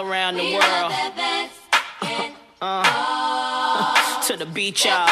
around the world. To the beach, y'all.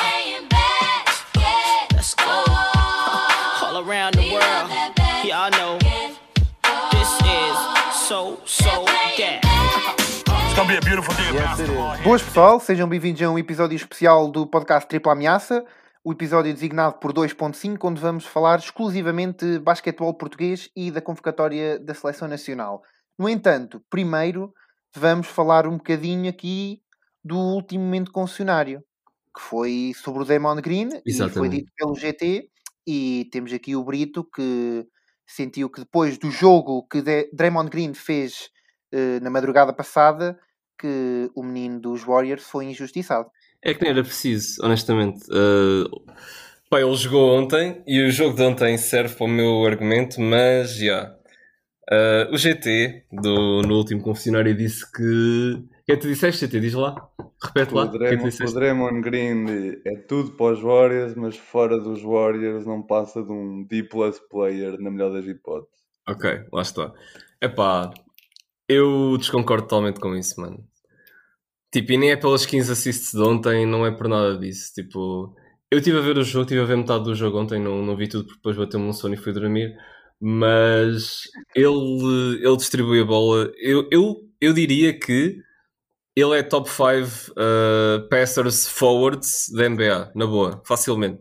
Let's go. All around the world. Y'all know. This is so that. It's gonna be a beautiful day of basketball. Boas pessoal, sejam bem-vindos a um episódio especial do podcast Tripla Ameaça, o episódio designado por 2.5, onde vamos falar exclusivamente de basquetebol português e da convocatória da Seleção Nacional. No entanto, primeiro vamos falar um bocadinho aqui do último momento concessionário, que foi sobre o Draymond Green. Exatamente. E foi dito pelo GT, e temos aqui o Brito, que sentiu que depois do jogo que Draymond Green fez na madrugada passada, que o menino dos Warriors foi injustiçado. É que nem era preciso, honestamente. Pá, ele jogou ontem e o jogo de ontem serve para o meu argumento, mas já. O GT, no último confessionário, disse que... O que é que tu disseste, GT? Diz lá. Repete lá. O Draymond Green é tudo para os Warriors, mas fora dos Warriors não passa de um D+ player, na melhor das hipóteses. Ok, lá está. Epá, eu desconcordo totalmente com isso, mano. Tipo, e nem é pelas 15 assists de ontem, não é por nada disso. Tipo, eu estive a ver o jogo, estive a ver metade do jogo ontem, não vi tudo porque depois bateu-me um sono e fui dormir. Mas ele distribui a bola. Eu diria que ele é top 5 passers forwards da NBA, na boa, facilmente.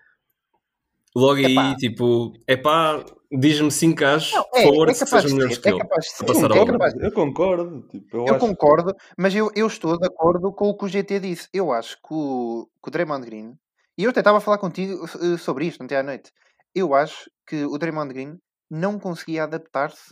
Logo aí, tipo, diz-me 5 gajos forwards que sejam melhores que ele. Eu concordo. Tipo, eu concordo, mas eu estou de acordo com o que o GT disse. Eu acho que o Draymond Green, e eu até estava a falar contigo sobre isto ontem à noite, eu acho que o Draymond Green não conseguia adaptar-se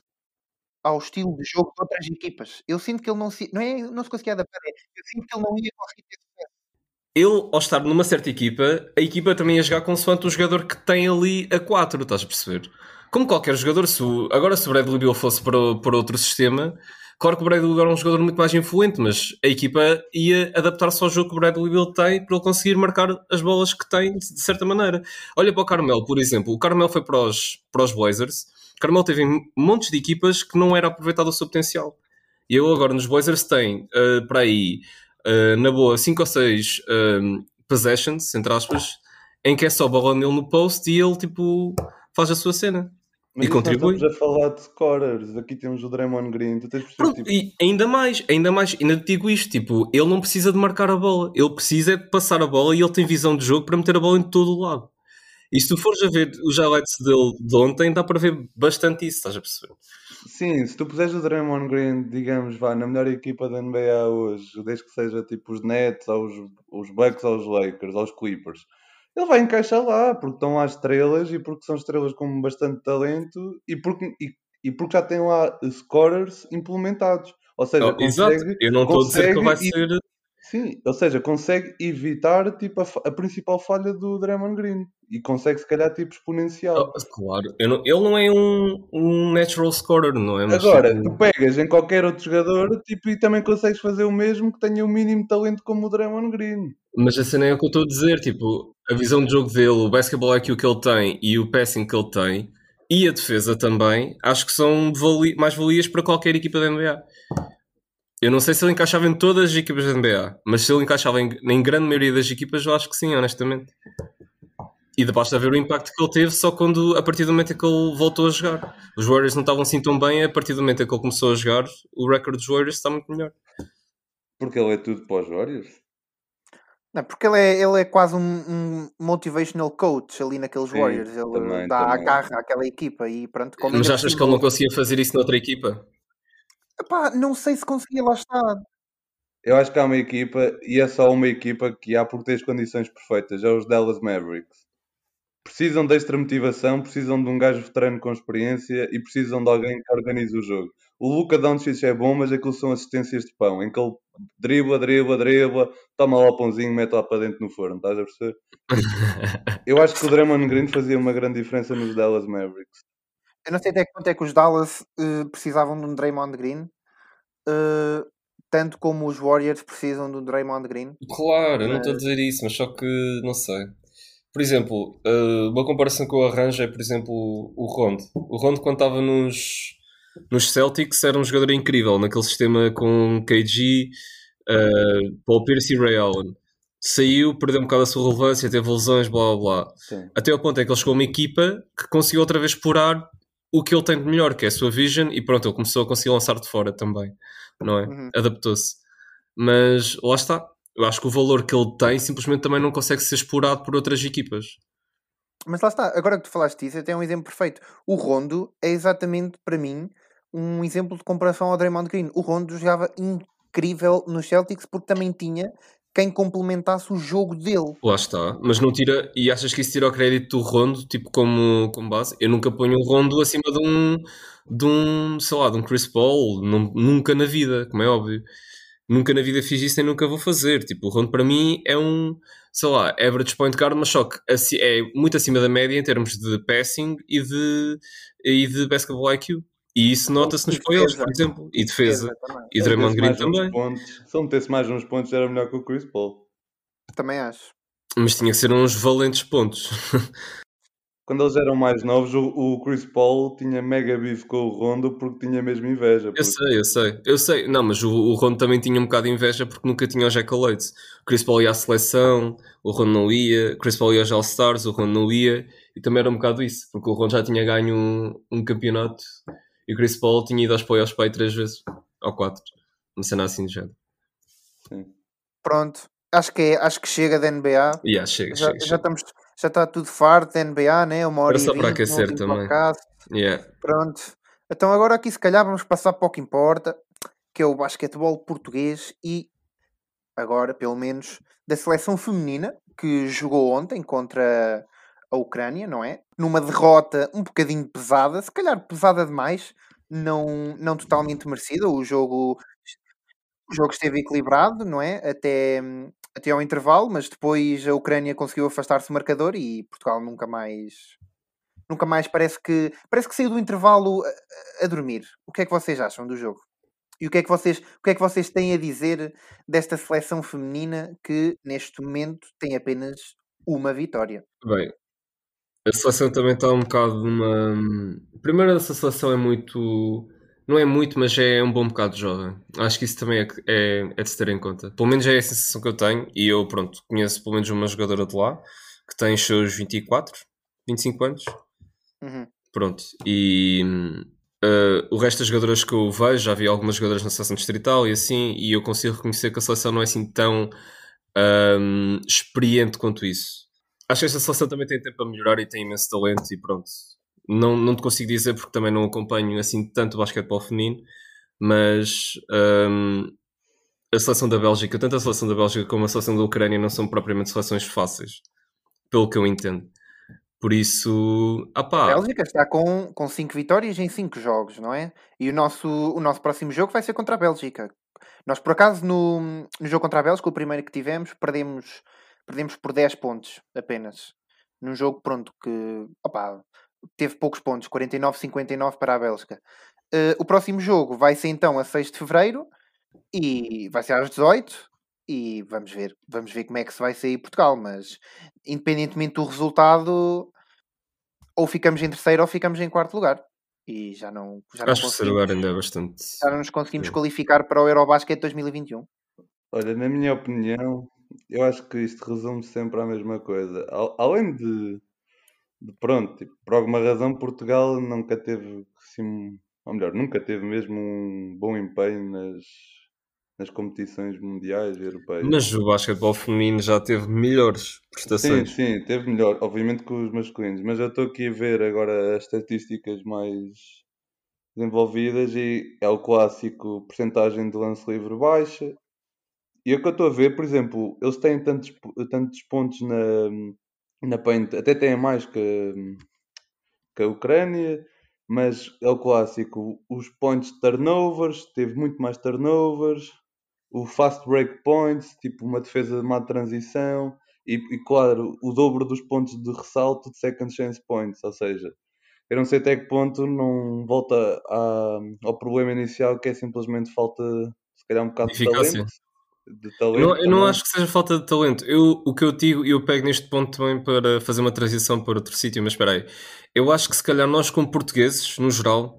ao estilo de jogo de outras equipas. Eu sinto que ele não se conseguia adaptar. Eu sinto que ele não ia conseguir ter sucesso. Ele, ao estar numa certa equipa, a equipa também ia jogar consoante o jogador que tem ali a 4, estás a perceber? Como qualquer jogador, se o Bradley Beal fosse para outro sistema, claro que o Bradley Beal era um jogador muito mais influente, mas a equipa ia adaptar-se ao jogo que o Bradley Beal tem para ele conseguir marcar as bolas que tem, de certa maneira. Olha para o Carmelo, por exemplo. O Carmelo foi para os Blazers. O Carmelo teve montes de equipas que não era aproveitado o seu potencial. E eu agora nos Blazers tem, para aí, na boa, 5 ou 6 possessions, entre aspas, em que é só bola nele no post e ele, tipo, faz a sua cena. Mas e contribui. Nós estamos a falar de scorers. Aqui temos o Draymond Green. Tu tens Pronto, tipo... E ainda mais, ainda te digo isto, tipo, ele não precisa de marcar a bola, ele precisa é de passar a bola e ele tem visão de jogo para meter a bola em todo o lado. E se tu fores a ver os highlights dele de ontem, dá para ver bastante isso, estás a perceber? Sim, se tu puseres o Draymond Green, digamos, na melhor equipa da NBA hoje, desde que seja tipo os Nets, os Bucks, aos Lakers, aos Clippers, ele vai encaixar lá, porque estão lá estrelas e porque são estrelas com bastante talento e porque já têm lá scorers implementados. Ou seja, exato, eu não estou a dizer que vai ser... Sim, ou seja, consegue evitar tipo, a principal falha do Draymond Green e consegue se calhar tipo exponencial. Claro, ele não é um natural scorer, não é? Mas, agora, tu pegas em qualquer outro jogador tipo, e também consegues fazer o mesmo que tenha o mínimo talento como o Draymond Green. Mas a cena é o que eu estou a dizer, tipo, a visão de jogo dele, o basketball IQ que ele tem e o passing que ele tem e a defesa também, acho que são mais valias para qualquer equipa da NBA. Eu não sei se ele encaixava em todas as equipas da NBA, mas se ele encaixava em grande maioria das equipas, eu acho que sim, honestamente. E basta ver o impacto que ele teve só a partir do momento em que ele voltou a jogar. Os Warriors não estavam assim tão bem, a partir do momento em que ele começou a jogar, o recorde dos Warriors está muito melhor. Porque ele é tudo para os Warriors? Não, porque ele é quase um motivational coach ali naqueles Warriors. Ele também. A garra àquela equipa e pronto. Mas achas que ele não conseguia fazer isso noutra equipa? Epá, não sei se conseguia, lá estar. Eu acho que há uma equipa, e é só uma equipa que há por ter as condições perfeitas, é os Dallas Mavericks. Precisam de extra motivação, precisam de um gajo veterano com experiência e precisam de alguém que organize o jogo. O Luka Doncic é bom, mas aquilo são assistências de pão, em que ele dribla, toma lá o pãozinho, mete lá para dentro no forno, estás a perceber? Eu acho que o Draymond Green fazia uma grande diferença nos Dallas Mavericks. Eu não sei até que ponto é que os Dallas precisavam de um Draymond Green, tanto como os Warriors precisam do Draymond Green. Claro, eu não estou a dizer isso, mas só que não sei. Por exemplo, uma comparação que eu arranjo é, por exemplo, o Rondo. O Rondo, quando estava nos Celtics era um jogador incrível, naquele sistema com KG, Paul Pierce e Ray Allen. Saiu, perdeu um bocado a sua relevância, teve lesões, blá blá blá. Sim. Até ao ponto em que ele chegou a uma equipa que conseguiu outra vez explorar o que ele tem de melhor, que é a sua vision, e pronto, ele começou a conseguir lançar de fora também, não é? Adaptou-se. Mas lá está. Eu acho que o valor que ele tem simplesmente também não consegue ser explorado por outras equipas. Mas lá está, agora que tu falaste disso, até é um exemplo perfeito. O Rondo é exatamente, para mim, um exemplo de comparação ao Draymond Green. O Rondo jogava incrível nos Celtics porque também tinha quem complementasse o jogo dele. Lá está, mas não tira. E achas que isso tira o crédito do Rondo, tipo, como base? Eu nunca ponho um Rondo acima de um sei lá, de um Chris Paul, nunca na vida, como é óbvio. Nunca na vida fiz isso nem nunca vou fazer. Tipo, o Rondo para mim é um, sei lá, average point guard, mas só que é muito acima da média em termos de passing e de basketball IQ. E isso nota-se nos playoffs, por exemplo. E defesa. E Draymond Green também. Se ele metesse mais uns pontos, era melhor que o Chris Paul. Também acho. Mas tinha que ser uns valentes pontos. Quando eles eram mais novos, o Chris Paul tinha mega beef com o Rondo porque tinha mesmo inveja. Porque... Eu sei. Não, mas o Rondo também tinha um bocado de inveja porque nunca tinha os accolades. O Chris Paul ia à seleção, o Rondo não ia. O Chris Paul ia aos All-Stars, o Rondo não ia. E também era um bocado isso, porque o Rondo já tinha ganho um campeonato e o Chris Paul tinha ido aos playoffs para aí 3 vezes, ou 4. Uma cena assim de género. Sim. Pronto. Acho que chega da NBA. Chega. Já está tudo farto da NBA, né? Uma hora era só e 20, para aquecer também. Pronto. Então agora aqui se calhar vamos passar para o que importa, que é o basquetebol português e agora, pelo menos, da seleção feminina que jogou ontem contra a Ucrânia, não é? Numa derrota um bocadinho pesada, se calhar pesada demais, não totalmente merecida. O jogo esteve equilibrado, não é? Até ao intervalo, mas depois a Ucrânia conseguiu afastar-se do marcador e Portugal nunca mais parece que saiu do intervalo a dormir. O que é que vocês acham do jogo? E o que é que vocês têm a dizer desta seleção feminina que neste momento tem apenas uma vitória? Bem, a seleção também está um bocado numa... Primeiro, essa seleção é muito... Não é muito, mas é um bom bocado jovem. Acho que isso também é de se ter em conta. Pelo menos é a sensação que eu tenho. E eu, pronto, conheço pelo menos uma jogadora de lá que tem os seus 24, 25 anos. Pronto. E o resto das jogadoras que eu vejo, já vi algumas jogadoras na seleção distrital e assim, e eu consigo reconhecer que a seleção não é assim tão experiente quanto isso. Acho que esta seleção também tem tempo a melhorar e tem imenso talento e pronto. Não te consigo dizer porque também não acompanho assim tanto o basquetebol feminino, mas a seleção da Bélgica, tanto a seleção da Bélgica como a seleção da Ucrânia não são propriamente seleções fáceis, pelo que eu entendo. Por isso, A Bélgica está com 5 vitórias em 5 jogos, não é? E o nosso próximo jogo vai ser contra a Bélgica. Nós, por acaso, no jogo contra a Bélgica, o primeiro que tivemos, perdemos por 10 pontos apenas. Num jogo, pronto, que teve poucos pontos, 49-59 para a Bélgica. O próximo jogo vai ser então a 6 de Fevereiro e vai ser às 18 e vamos ver como é que se vai sair Portugal, mas independentemente do resultado, ou ficamos em terceiro ou ficamos em quarto lugar. E já não acho que o terceiro lugar ainda é bastante... Já não nos conseguimos qualificar para o Eurobasket 2021. Olha, na minha opinião, eu acho que isto resume sempre à mesma coisa. Além de pronto, tipo, por alguma razão Portugal nunca teve assim, ou melhor, nunca teve mesmo um bom empenho nas competições mundiais e europeias. Mas o basquetebol feminino já teve melhores prestações. Sim, teve melhor, obviamente que os masculinos, mas eu estou aqui a ver agora as estatísticas mais desenvolvidas e é o clássico percentagem de lance livre baixa. E o que eu estou a ver, por exemplo, eles têm tantos pontos na paint, até têm mais que a Ucrânia, mas é o clássico, os points de turnovers, teve muito mais turnovers, o fast break points, tipo uma defesa de má transição, e claro, o dobro dos pontos de ressalto de second chance points, ou seja, eu não sei até que ponto não volta ao problema inicial, que é simplesmente falta, se calhar, um bocado de talento. Eu não acho que seja falta de talento. O que eu digo, e eu pego neste ponto também para fazer uma transição para outro sítio, mas espera aí. Eu acho que se calhar nós como portugueses, no geral,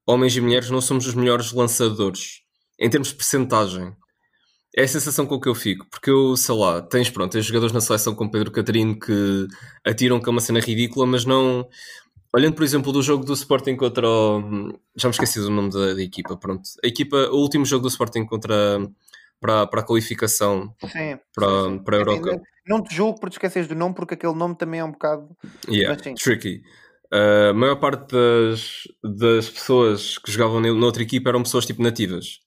homens e mulheres, não somos os melhores lançadores. Em termos de percentagem. É a sensação com que eu fico. Porque eu, sei lá, tens jogadores na seleção como Pedro Catarino que atiram com uma cena ridícula, mas não... Olhando, por exemplo, do jogo do Sporting contra o... Já me esqueci do nome da equipa, pronto. O último jogo do Sporting para a qualificação para a Eurocup. Não te julgo por te esqueceres do nome, porque aquele nome também é um bocado... tricky. A maior parte das pessoas que jogavam noutra equipa eram pessoas tipo nativas.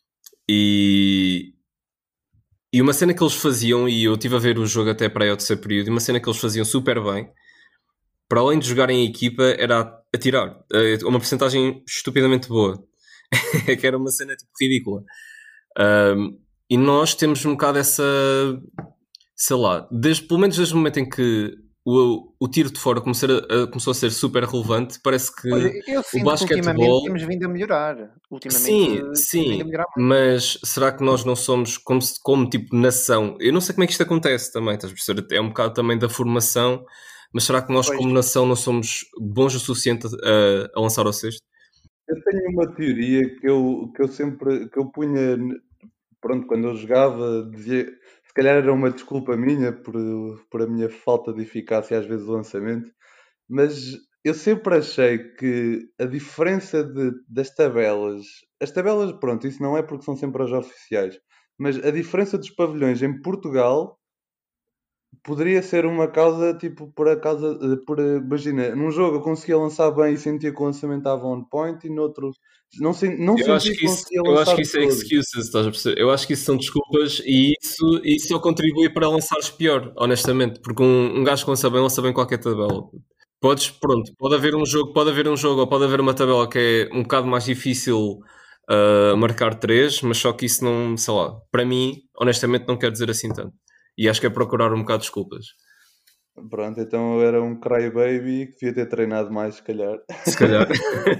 E uma cena que eles faziam, e eu estive a ver o jogo até para aí ao terceiro período, e uma cena que eles faziam super bem, para além de jogarem em equipa, era atirar. Uma porcentagem estupidamente boa. Que era uma cena tipo ridícula. E nós temos um bocado essa... Sei lá, pelo menos desde o momento em que o tiro de fora começou a ser super relevante, parece que o basquetebol... temos vindo a melhorar. Sim, mas será que nós não somos como tipo nação? Eu não sei como é que isto acontece também, estás a perceber? É um bocado também da formação, mas será que nós como nação não somos bons o suficiente a lançar ao cesto? Eu tenho uma teoria que eu punha, pronto, quando eu jogava, dizia... Se calhar era uma desculpa minha por a minha falta de eficácia às vezes do lançamento, mas eu sempre achei que a diferença das tabelas, as tabelas, pronto, isso não é porque são sempre as oficiais, mas a diferença dos pavilhões em Portugal poderia ser uma causa, tipo, imagina, num jogo eu conseguia lançar bem e sentia que o lançamento estava on point, e noutro não sentia que conseguia lançar. Eu acho que isso é excuses, estás a perceber? Eu acho que isso são desculpas, e isso só contribui para lançares pior, honestamente, porque um gajo que lança bem qualquer tabela. Pode haver um jogo ou pode haver uma tabela que é um bocado mais difícil marcar 3, mas só que isso não, sei lá, para mim, honestamente, não quer dizer assim tanto. E acho que é procurar um bocado de desculpas. Pronto, então eu era um crybaby que devia ter treinado mais, se calhar. Se calhar.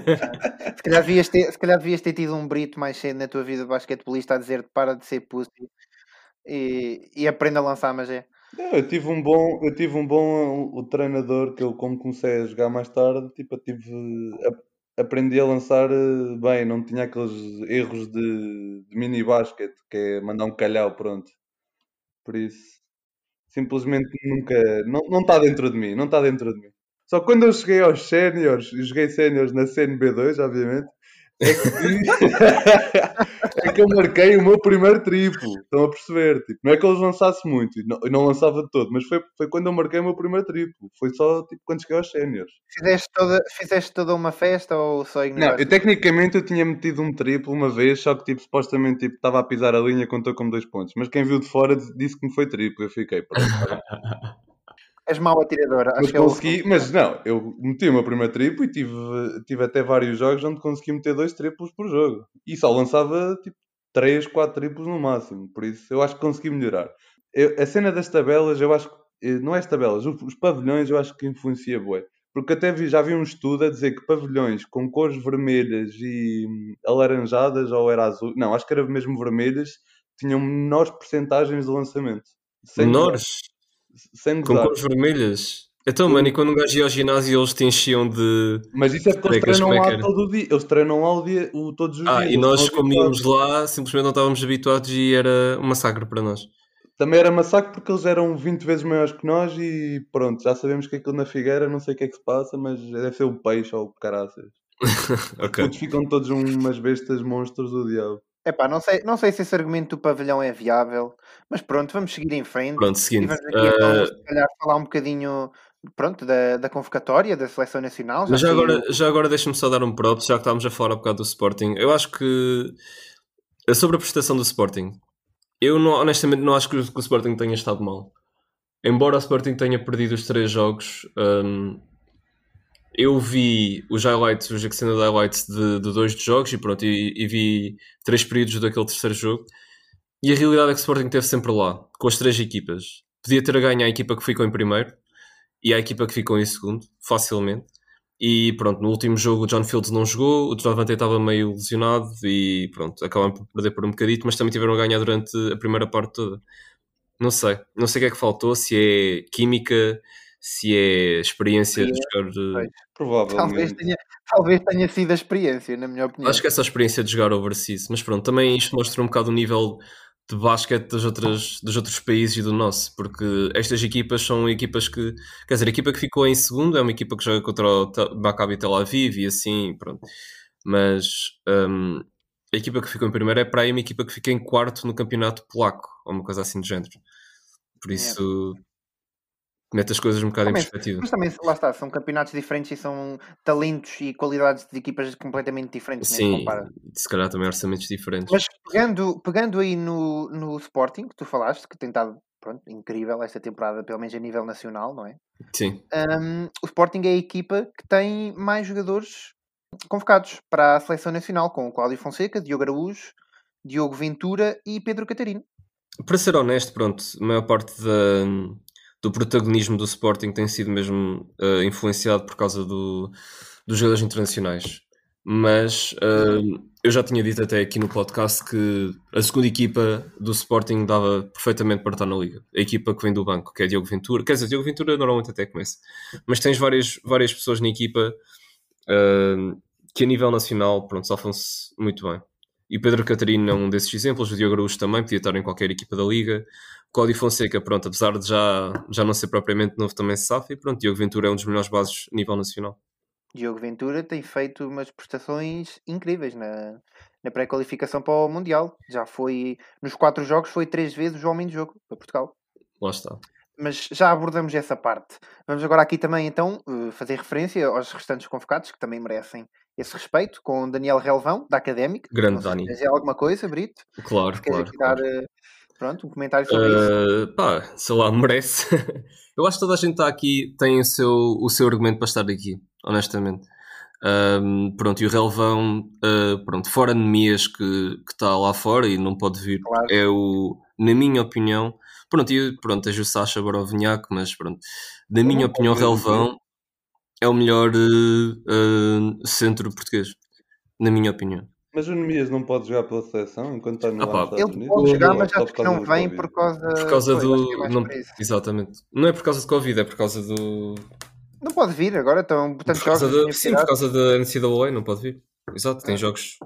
se calhar devias ter tido um brito mais cedo na tua vida de basquetebolista a dizer-te para de ser pussy e aprenda a lançar, mas é. Não, eu tive um bom o treinador, que eu, como comecei a jogar mais tarde, tipo, aprendi a lançar bem, não tinha aqueles erros de mini basquete, que é mandar um calhau, pronto. Por isso, simplesmente nunca, não está dentro de mim, não está dentro de mim. Só quando eu cheguei aos séniores, e joguei séniores na CNB2, obviamente, é que eu marquei o meu primeiro triplo. Estão a perceber? Tipo, não é que eu lançasse muito, eu não lançava de todo, mas foi quando eu marquei o meu primeiro triplo. Foi só tipo, quando cheguei aos séniores. Fizeste toda uma festa ou só ignoraste? Não, tecnicamente eu tinha metido um triplo uma vez, só que tipo, supostamente tipo, estava a pisar a linha, contou como 2 pontos. Mas quem viu de fora disse que me foi triplo. Eu fiquei, pronto. És mau atirador. Mas consegui, mas não, eu meti o meu primeiro triplo e tive até vários jogos onde consegui meter 2 triplos por jogo. E só lançava tipo 3, 4 triplos no máximo. Por isso eu acho que consegui melhorar. A cena das tabelas, eu acho que não é as tabelas, os pavilhões eu acho que influencia bué. Porque até já vi um estudo a dizer que pavilhões com cores vermelhas e alaranjadas, ou era azul, não, acho que era mesmo vermelhas, tinham menores percentagens de lançamento. Menores? Sem com cores vermelhas? Então, mano, e quando um gajo ia ao ginásio eles te enchiam de... Mas isso é porque eles treinam lá todo o dia. Eles treinam lá todos os dias. E nós, como íamos lá, simplesmente não estávamos habituados e era um massacre para nós. Também era massacre porque eles eram 20 vezes maiores que nós e pronto, já sabemos que aquilo na Figueira, não sei o que é que se passa, mas deve ser o peixe ou o caraças. Ok. Todos ficam todos umas bestas monstros do diabo. Epá, não sei se esse argumento do pavilhão é viável, mas pronto, vamos seguir em frente. Pronto, seguinte. E vamos aqui então, se calhar, falar um bocadinho, pronto, da convocatória, da Seleção Nacional. Mas já agora deixa-me só dar um props, já que estávamos a falar um bocado do Sporting. Eu acho que, sobre a prestação do Sporting, eu honestamente não acho que o Sporting tenha estado mal. Embora o Sporting tenha perdido os 3 jogos... eu vi os highlights, os extended highlights de 2 jogos e pronto, e vi 3 períodos daquele terceiro jogo, e a realidade é que o Sporting esteve sempre lá, com as 3 equipas. Podia ter a ganho a equipa que ficou em primeiro e a equipa que ficou em segundo, facilmente. E pronto, no último jogo o John Fields não jogou, o Devante estava meio lesionado e pronto, acabaram por perder por um bocadito, mas também tiveram a ganhar durante a primeira parte toda. Não sei o que é que faltou, se é química, se é experiência de jogar. Provavelmente. Talvez tenha sido a experiência, na minha opinião. Acho que é só a experiência de jogar overseas, mas pronto, também isto mostra um bocado o nível de basquete dos outros países e do nosso, porque estas equipas são equipas que, quer dizer, a equipa que ficou em segundo é uma equipa que joga contra o Maccabi Tel Aviv e assim, pronto. Mas a equipa que ficou em primeiro é para aí uma equipa que fica em quarto no campeonato polaco, ou uma coisa assim de género. Por isso, mete as coisas um bocado em perspectiva. Mas também, lá está, são campeonatos diferentes e são talentos e qualidades de equipas completamente diferentes. Sim, se calhar também orçamentos diferentes. Mas pegando aí no Sporting, que tu falaste, que tem estado incrível esta temporada, pelo menos a nível nacional, não é? Sim. O Sporting é a equipa que tem mais jogadores convocados para a seleção nacional, com o Cláudio Fonseca, Diogo Araújo, Diogo Ventura e Pedro Catarino. Para ser honesto, pronto, a maior parte do protagonismo do Sporting tem sido mesmo influenciado por causa dos jogadores internacionais. Mas eu já tinha dito até aqui no podcast que a segunda equipa do Sporting dava perfeitamente para estar na Liga. A equipa que vem do banco, que é Diogo Ventura. Quer dizer, Diogo Ventura normalmente até começa. Mas tens várias pessoas na equipa que a nível nacional, pronto, safam-se muito bem. E Pedro Catarino é um desses exemplos. O Diogo Araújo também podia estar em qualquer equipa da Liga. O Cláudio Fonseca, pronto, apesar de já não ser propriamente novo, também se safa. E pronto, Diogo Ventura é um dos melhores bases a nível nacional. Diogo Ventura tem feito umas prestações incríveis na pré-qualificação para o Mundial. Já foi, nos 4 jogos, foi 3 vezes o homem de jogo para Portugal. Lá está. Mas já abordamos essa parte. Vamos agora aqui também, então, fazer referência aos restantes convocados, que também merecem esse respeito, com Daniel Relvão, da Académica. Grande Dani. Queres dizer alguma coisa, Brito? Claro, claro. Dar, um comentário sobre isso? Sei lá, merece. Eu acho que toda a gente está aqui, tem o seu argumento para estar aqui, honestamente. Pronto, e o Relvão, fora anemias que está lá fora e não pode vir, claro. É na minha opinião, tens o Sacha Borovniak, mas pronto, na minha opinião, Relvão é o melhor centro português, na minha opinião. Mas o Nemias não pode jogar pela seleção enquanto está no Estados Unidos? Ele pode jogar, mas acho que não vem por causa do... Não, exatamente. Não é por causa de Covid, é por causa do... Não pode vir agora, estão tantos jogos. Sim, por causa da NCAA não pode vir. Exato, tem jogos.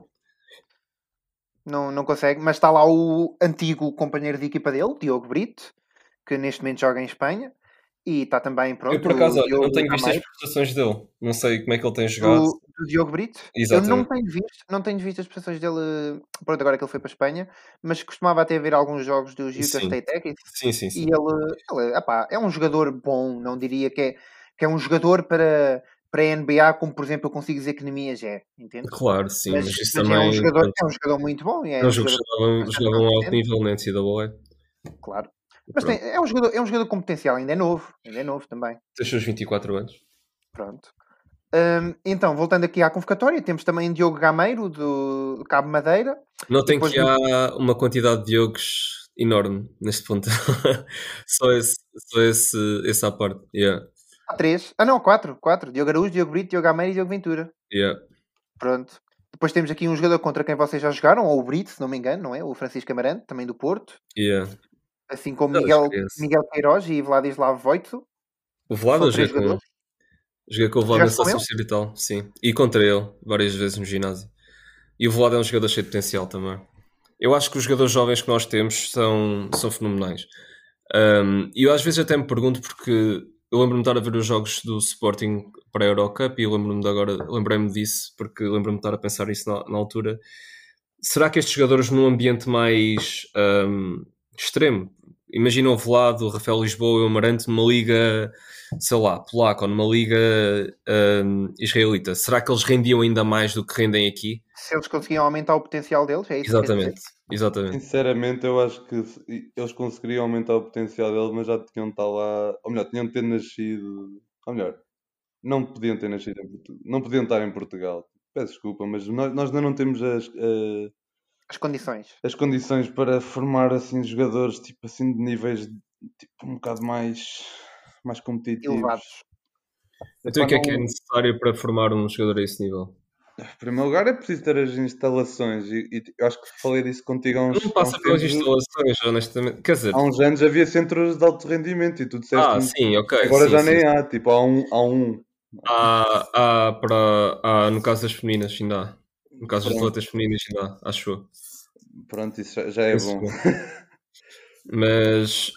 Não consegue, mas está lá o antigo companheiro de equipa dele, Diogo Brito, que neste momento joga em Espanha. E está também, pronto. Eu por acaso, não tenho visto as prestações dele. Não sei como é que ele tem jogado. Do Diogo Brito? Exatamente. Eu não tenho visto as prestações dele, pronto, agora que ele foi para a Espanha, mas costumava até ver alguns jogos do Utah State Aggies. Sim. E ele é um jogador bom, não diria que é um jogador para a NBA, como por exemplo eu consigo dizer que Nemias é, entende? Claro, sim, mas isso também é um jogador muito bom. Eles jogavam a alto nível na NCAA. Claro. Mas é um jogador com potencial, ainda é novo também. Tem os seus 24 anos. Pronto. Então, voltando aqui à convocatória, temos também Diogo Gameiro, do Cabo Madeira. Notem que há uma quantidade de Diogos enorme neste ponto. só esse à parte. Yeah. Há 3. Não, 4. Diogo Araújo, Diogo Brito, Diogo Gameiro e Diogo Ventura. Yeah. Pronto. Depois temos aqui um jogador contra quem vocês já jogaram, ou o Brito, se não me engano, não é? O Francisco Amarante, também do Porto. Yeah. Assim como Miguel Queiroz e Vladislav Voito. O Vlad eu joguei com o Vlad na seleção distrital, sim. E contra ele, várias vezes no ginásio. E o Vlad é um jogador cheio de potencial também. Eu acho que os jogadores jovens que nós temos são fenomenais. E eu às vezes até me pergunto, porque eu lembro-me de estar a ver os jogos do Sporting para a Eurocup e eu lembrei-me disso, porque lembro-me de estar a pensar isso na altura. Será que estes jogadores num ambiente mais extremo, imagina o Vlad, o Rafael Lisboa e o Amarante numa liga, sei lá, polaca ou numa liga israelita, será que eles rendiam ainda mais do que rendem aqui? Se eles conseguiam aumentar o potencial deles, é isso? Exatamente. Sinceramente, eu acho que eles conseguiriam aumentar o potencial deles, mas já tinham de estar lá, ou melhor, tinham de ter nascido, ou melhor, não podiam ter nascido em Portugal, não podiam estar em Portugal. Peço desculpa, mas nós ainda não temos as condições para formar assim jogadores tipo assim de níveis tipo um bocado mais competitivos. Elevados. Então o que é necessário para formar um jogador a esse nível? Em primeiro lugar é preciso ter as instalações e eu acho que falei disso contigo há uns Não passa pelas tempos. instalações, honestamente. Quer dizer, Há uns anos havia centros de alto rendimento e tu disseste-me sim, ok. que agora sim, já sim. nem há. Tipo, há um. No caso das femininas, ainda há. No caso das Pronto. atletas femininas, ainda há, acho eu. Pronto, isso já é Penso bom. Mas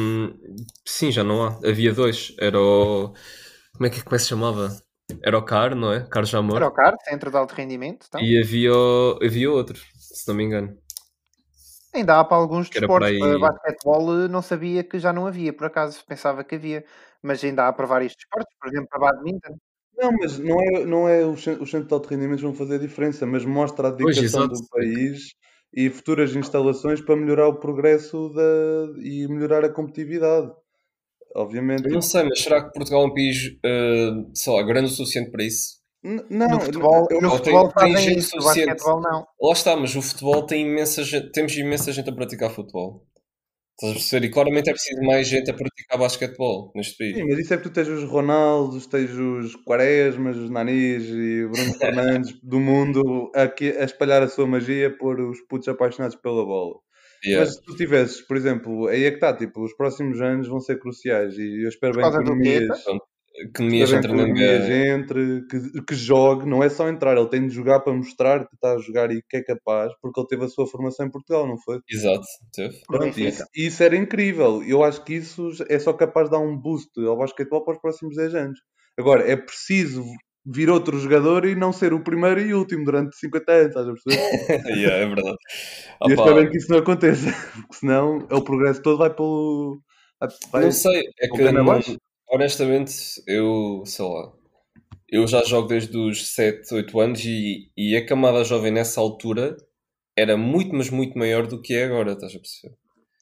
sim, já não há. Havia dois. Era o. Como é que se chamava? Era o CAR, não é? CAR Jamor. Era o CAR, Centro de Alto Rendimento. Então. E havia outro, se não me engano. Ainda há para alguns Que era para desportos. aí. Para basquetebol não sabia que já não havia, por acaso pensava que havia. Mas ainda há para vários desportos, por exemplo, para badminton. Não, mas não é os centros de alto rendimento vão fazer diferença, mas mostra a Pois, dedicação exato. do país e futuras instalações para melhorar o progresso e melhorar a competitividade. Obviamente. Eu não sei, mas será que Portugal é um país, sei lá, grande o suficiente para isso? Não, No futebol tem fazem gente isso, no suficiente. basquetebol não. Lá está, mas o futebol tem imensa gente, temos imensa gente a praticar futebol. Estás a perceber? E claramente é preciso mais gente a praticar basquetebol neste país. Sim, mas isso é porque tu tens os Ronaldos, tens os Quaresmas, os Nanis e o Bruno Fernandes do mundo a espalhar a sua magia por os putos apaixonados pela bola. Yeah. Mas se tu tivesses, por exemplo, aí é que está, tipo, os próximos anos vão ser cruciais e eu espero Por bem que causa do quê? Economias espero bem que o entre Nemias entre, que jogue, não é só entrar, ele tem de jogar para mostrar que está a jogar e que é capaz, porque ele teve a sua formação em Portugal, não foi? Exato, teve. Pronto, isso era incrível. Eu acho que isso é só capaz de dar um boost ao basquetebol para os próximos 10 anos. Agora, é preciso vir outro jogador e não ser o primeiro e último durante 50 anos, estás a perceber? Yeah, é verdade. E eu espero que isso não aconteça, porque senão o progresso todo vai pelo. Não sei, é pelo que cano abaixo. honestamente, eu sei lá, eu já jogo desde os 7, 8 anos e a camada jovem nessa altura era muito, mas muito maior do que é agora, estás a perceber?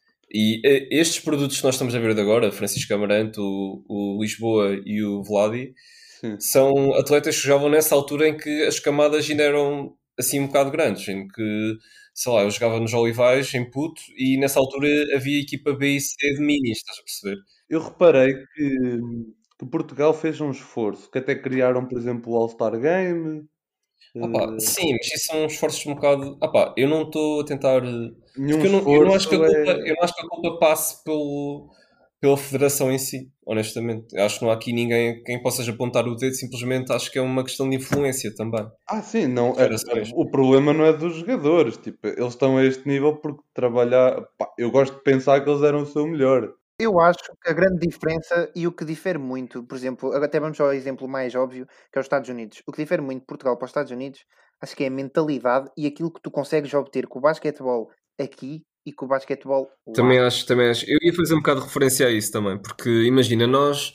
E estes produtos que nós estamos a ver de agora, Francisco Amarante, o Lisboa e o Vladi, Sim. são atletas que jogavam nessa altura em que as camadas ainda eram assim um bocado grandes, em que, sei lá, eu jogava nos Olivais, em Puto, e nessa altura havia equipa B e C de minis, estás a perceber? Eu reparei que Portugal fez um esforço, que até criaram, por exemplo, o All-Star Game. Sim, mas isso são esforços um bocado. Eu não estou a tentar. Nenhum Porque eu não acho que a esforço culpa, é. eu não acho que a culpa passe pela federação em si, honestamente. Eu acho que não há aqui ninguém quem possa apontar o dedo, simplesmente acho que é uma questão de influência também. Sim, não. Federações. O problema não é dos jogadores. Tipo, eles estão a este nível porque trabalhar. Eu gosto de pensar que eles deram o seu melhor. Eu acho que a grande diferença e o que difere muito, por exemplo, até vamos ao exemplo mais óbvio, que é os Estados Unidos. O que difere muito de Portugal para os Estados Unidos, acho que é a mentalidade e aquilo que tu consegues obter com o basquetebol aqui e com o basquetebol lá. Também acho. Eu ia fazer um bocado de referência a isso também, porque imagina, nós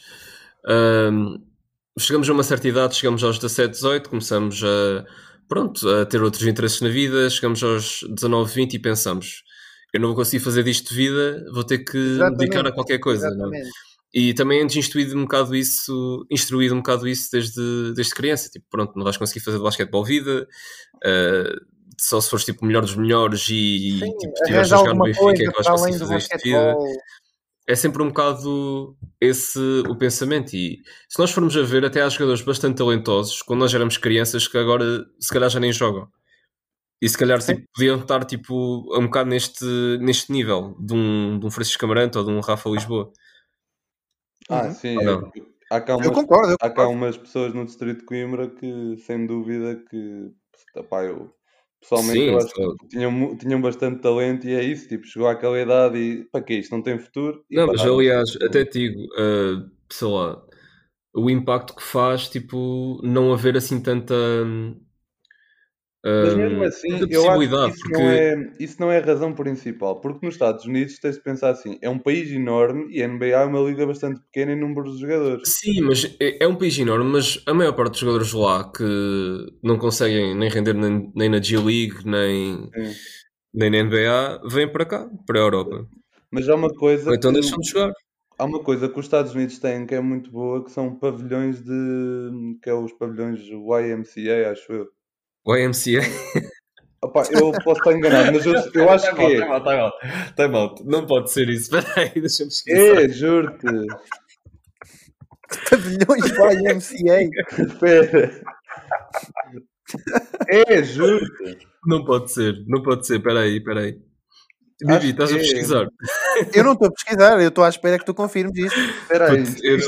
chegamos a uma certa idade, chegamos aos 17, 18, começamos a ter outros interesses na vida, chegamos aos 19, 20 e pensamos, eu não vou conseguir fazer disto de vida, vou ter que me dedicar a qualquer coisa. Não é? E também é instruído um bocado isso desde criança. Tipo, pronto, não vais conseguir fazer de basquetebol vida, só se fores tipo o melhor dos melhores e tipo, estiveres a jogar no Benfica é que vais conseguir fazer isto de vida. É sempre um bocado esse o pensamento. E se nós formos a ver, até há jogadores bastante talentosos quando nós éramos crianças que agora se calhar já nem jogam. E se calhar tipo, podiam estar tipo, um bocado neste nível de um Francisco Amarante ou de um Rafa Lisboa. Sim. Eu concordo. Há cá umas pessoas no distrito de Coimbra que, sem dúvida, que eu pessoalmente eu acho que tinham bastante talento e é isso, tipo, chegou àquela idade e para que isto não tem futuro? Não, mas aliás, até te digo, sei lá, o impacto que faz, tipo, não haver assim tanta... Mas mesmo assim, eu acho que isso não é a razão principal, porque nos Estados Unidos tens de pensar assim, é um país enorme e a NBA é uma liga bastante pequena em número de jogadores. Sim, mas é um país enorme, mas a maior parte dos jogadores lá que não conseguem nem render nem na G-League, nem na NBA, vêm para cá, para a Europa. Mas há uma coisa então deixam de jogar. Há uma coisa que os Estados Unidos têm que é muito boa, que são pavilhões que é os pavilhões YMCA, acho eu. YMCA? Eu posso estar enganado, mas eu acho que é. Tá mal. Não pode ser isso. Espera aí, deixa-me esquecer. Juro-te. Pavilhões YMCA. Espera. Juro-te. Não pode ser. Espera aí. Bibi, estás a pesquisar? Eu não estou a pesquisar, eu estou à espera que tu confirmes isto. Espera aí.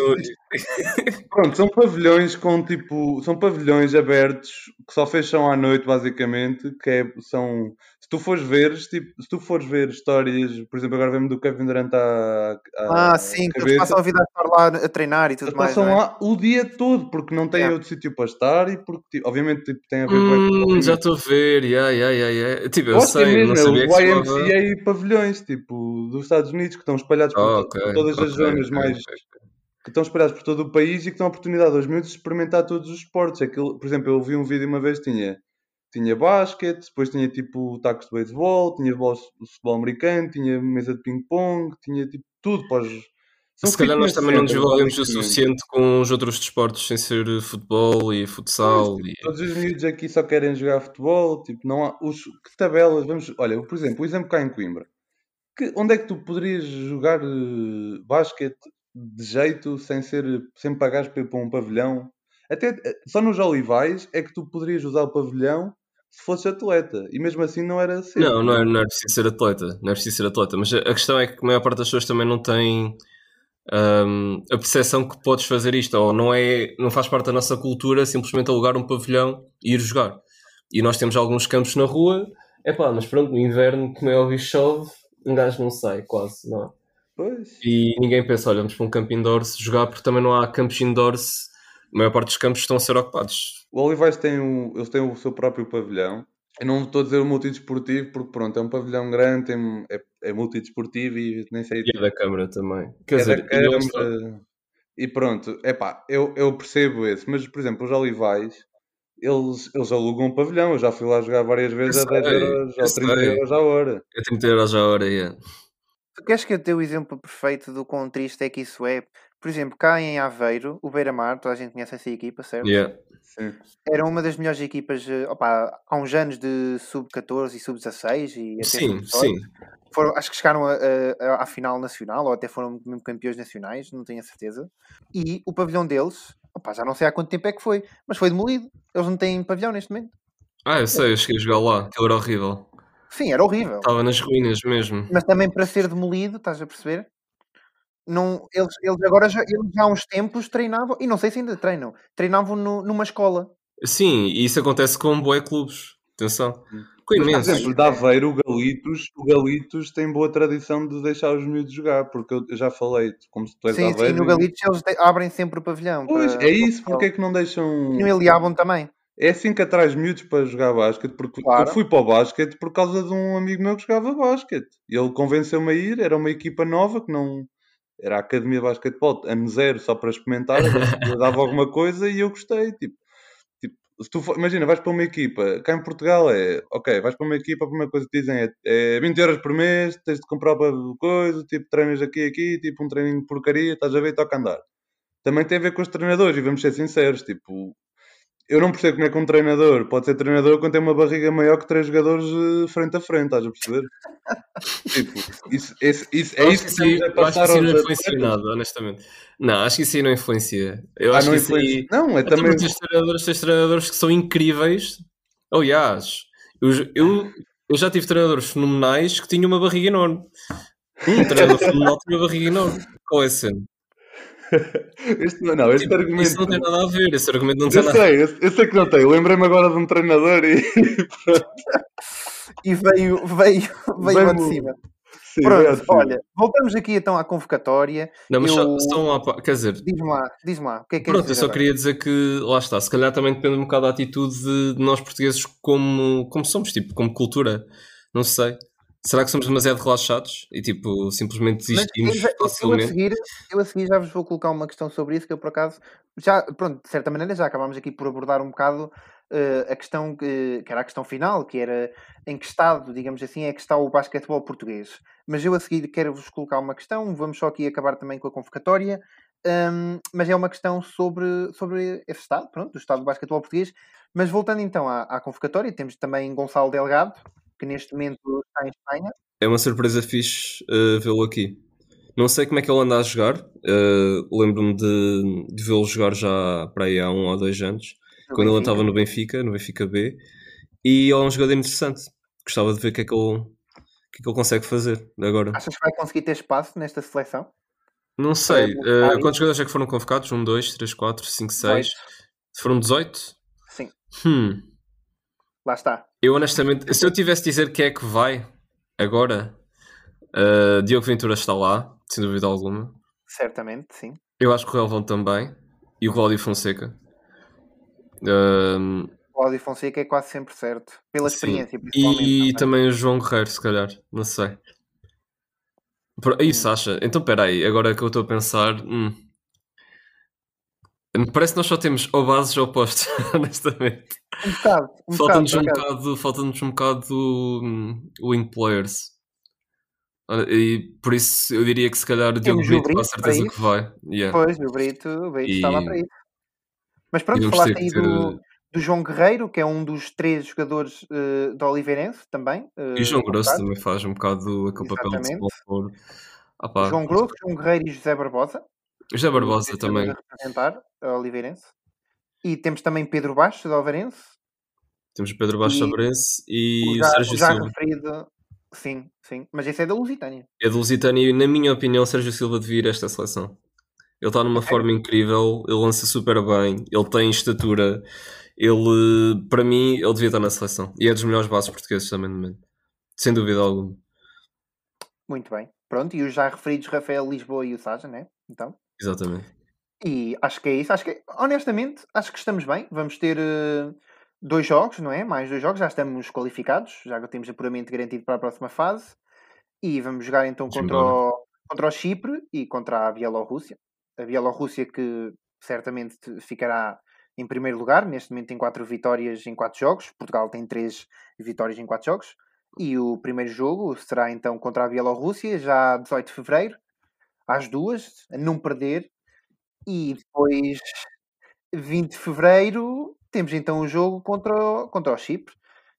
Pronto, são pavilhões são pavilhões abertos que só fecham à noite, basicamente, se tu fores ver histórias, por exemplo, agora vemos do Kevin Durant sim, que eles passam a vida a estar lá a treinar e tudo eles mais. Passam lá o dia todo, porque não têm outro sítio para estar e porque, obviamente, tem a ver com já estou a ver, Tipo, eu sei, mesmo, não sabia o que YMCA e pavilhões, tipo, dos Estados Unidos, que estão espalhados por todas as zonas mais... que estão espalhados por todo o país e que dão a oportunidade aos miúdos de experimentar todos os esportes. Por exemplo, eu vi um vídeo uma vez, tinha basquete, depois tinha tipo tacos de beisebol, tinha futebol americano, tinha mesa de ping-pong, tinha tipo tudo para os... Se calhar nós também não desenvolvemos o suficiente com os outros desportos sem ser futebol e futsal. Todos os miúdos aqui só querem jogar futebol, tipo, não há... Que tabelas, olha, por exemplo, o exemplo cá em Coimbra. Onde é que tu poderias jogar basquete de jeito sem pagares para um pavilhão? Até só nos Olivais é que tu poderias usar o pavilhão se fosse atleta, e mesmo assim não era assim. Não é preciso ser atleta, mas a questão é que a maior parte das pessoas também não tem a percepção que podes fazer isto, ou não faz parte da nossa cultura simplesmente alugar um pavilhão e ir jogar. E nós temos alguns campos na rua, mas pronto, no inverno, como é óbvio, chove, um gajo não sai quase, não é? Pois. E ninguém pensa, olha, vamos para um campo indoors jogar, porque também não há campos indoors, a maior parte dos campos estão a ser ocupados. O Olivais eles têm o seu próprio pavilhão. Eu não estou a dizer o multidesportivo, porque pronto, é um pavilhão grande, é multidesportivo e nem sei... E é da Câmara também. Quer dizer, da Câmara, e pronto, eu percebo esse, mas por exemplo, os Olivais, eles alugam um pavilhão, eu já fui lá jogar várias vezes a 10 euros ou 30 euros à hora. É 30 euros à hora, Tu queres que eu te dê o exemplo perfeito do quão triste é que isso é? Por exemplo, cá em Aveiro, o Beira-Mar, toda a gente conhece essa equipa, certo? Sim. Era uma das melhores equipas há uns anos de sub-14 e sub-16 e até sim. Acho que chegaram à final nacional ou até foram mesmo campeões nacionais, não tenho a certeza. E o pavilhão deles, já não sei há quanto tempo é que foi, mas foi demolido. Eles não têm pavilhão neste momento. Eu sei, eu cheguei a jogar lá, aquilo era horrível. Sim, era horrível. Estava nas ruínas mesmo. Mas também para ser demolido, estás a perceber? Não, eles agora já há uns tempos treinavam, e não sei se ainda treinavam numa escola. Sim, e isso acontece com bué clubes. Atenção. Por exemplo, de Aveiro, o Galitos tem boa tradição de deixar os miúdos jogar, porque eu já falei, como se tu és de Aveiro... Sim, no Galitos eles abrem sempre o pavilhão. Pois, é isso, porque é que não deixam... E no Eliabon também. É assim que atrai miúdos para jogar basquete, porque eu fui para o basquete por causa de um amigo meu que jogava basquete. E ele convenceu-me a ir, era uma equipa nova que não... Era a Academia de Basquetebol, ano zero, só para experimentar, eu dava alguma coisa e eu gostei, se tu imagina, vais para uma equipa, cá em Portugal vais para uma equipa, a primeira coisa que dizem é 20 euros por mês, tens de comprar coisa, treinas aqui, um treininho de porcaria, estás a ver e toca a andar. Também tem a ver com os treinadores, e vamos ser sinceros, eu não percebo como é que um treinador pode ser treinador quando tem uma barriga maior que 3 jogadores frente a frente, estás a perceber? Isso é isso que estamos a passar aos atletas. Não influencia nada, honestamente. Não, acho que isso aí não influencia. Eu acho que isso aí... Não, é também... Tens treinadores que são incríveis. Aliás, eu já tive treinadores fenomenais que tinham uma barriga enorme. Um treinador fenomenal tinha uma barriga enorme. Qual é a cena? Este argumento... Isso não tem nada a ver, esse argumento não tem nada a ver. Eu sei que não tem, eu lembrei-me agora de um treinador e pronto. E veio lá de cima. Sim, pronto, olha, voltamos aqui então à convocatória. Não, mas só quer dizer... Diz-me lá, o que é que pronto, eu só queria dizer que, lá está, se calhar também depende um bocado da atitude de nós portugueses como somos, como cultura, não sei. Será que somos demasiado relaxados e simplesmente desistimos facilmente? Eu a seguir já vos vou colocar uma questão sobre isso que eu por acaso de certa maneira já acabámos aqui por abordar um bocado a questão que era a questão final, que era em que estado, digamos assim, é que está o basquetebol português. Mas eu a seguir quero-vos colocar uma questão, vamos só aqui acabar também com a convocatória, mas é uma questão sobre esse estado, do estado do basquetebol português. Mas voltando então à convocatória, temos também Gonçalo Delgado, que neste momento está em Espanha. É uma surpresa fixe vê-lo aqui. Não sei como é que ele anda a jogar. Lembro-me de vê-lo jogar já para aí há 1 ou 2 anos. quando ele estava no Benfica B, e é um jogador interessante. Gostava de ver o que é que ele consegue fazer agora. Achas que vai conseguir ter espaço nesta seleção? Não sei. Quantos jogadores é que foram convocados? 1, 2, 3, 4, 5, 6. Foram 18? Sim. Lá está. Eu honestamente, se eu tivesse de dizer quem é que vai agora, Diogo Ventura está lá, sem dúvida alguma. Certamente, sim. Eu acho que o Relvão também. E o Cláudio Fonseca. O Cláudio Fonseca é quase sempre certo. Pela experiência, principalmente. E também o João Guerreiro, se calhar. Não sei. Isso, acha? Então, espera aí. Agora que eu estou a pensar... Parece que nós só temos ou bases ou postos, honestamente. Falta-nos um bocado wing players. E por isso eu diria que se calhar o Diogo Brito com a certeza que vai. Pois, o Brito está lá para isso. Mas pronto, falaste aí do João Guerreiro, que é um dos 3 jogadores do Oliveirense também. E o João Grosso também faz um bocado aquele papel de sponsor. João Grosso, João Guerreiro e José Barbosa. José Barbosa também. A representar a Oliveirense. E temos também Pedro Baixo, da Oliveirense. Temos Pedro Baixo da Oliveirense e o Sérgio já Silva. Referido, sim. Mas esse é da Lusitânia. É da Lusitânia e, na minha opinião, Sérgio Silva devia ir a esta seleção. Ele está numa forma incrível, ele lança super bem, ele tem estatura. Ele, para mim, ele devia estar na seleção. E é dos melhores bases portugueses também no momento. Sem dúvida alguma. Muito bem. Pronto, e os já referidos Rafael Lisboa e o Saja, né? Então. Exatamente. E acho que é isso. Honestamente, acho que estamos bem. Vamos ter 2 jogos, não é? Mais 2 jogos. Já estamos qualificados. Já temos apuramento garantido para a próxima fase. E vamos jogar então contra o Chipre e contra a Bielorrússia. A Bielorrússia que certamente ficará em primeiro lugar. Neste momento tem 4 vitórias em 4 jogos. Portugal tem 3 vitórias em 4 jogos. E o primeiro jogo será então contra a Bielorrússia, já 18 de fevereiro, às 2, a não perder. E depois, 20 de fevereiro, temos então o jogo contra o Chipre.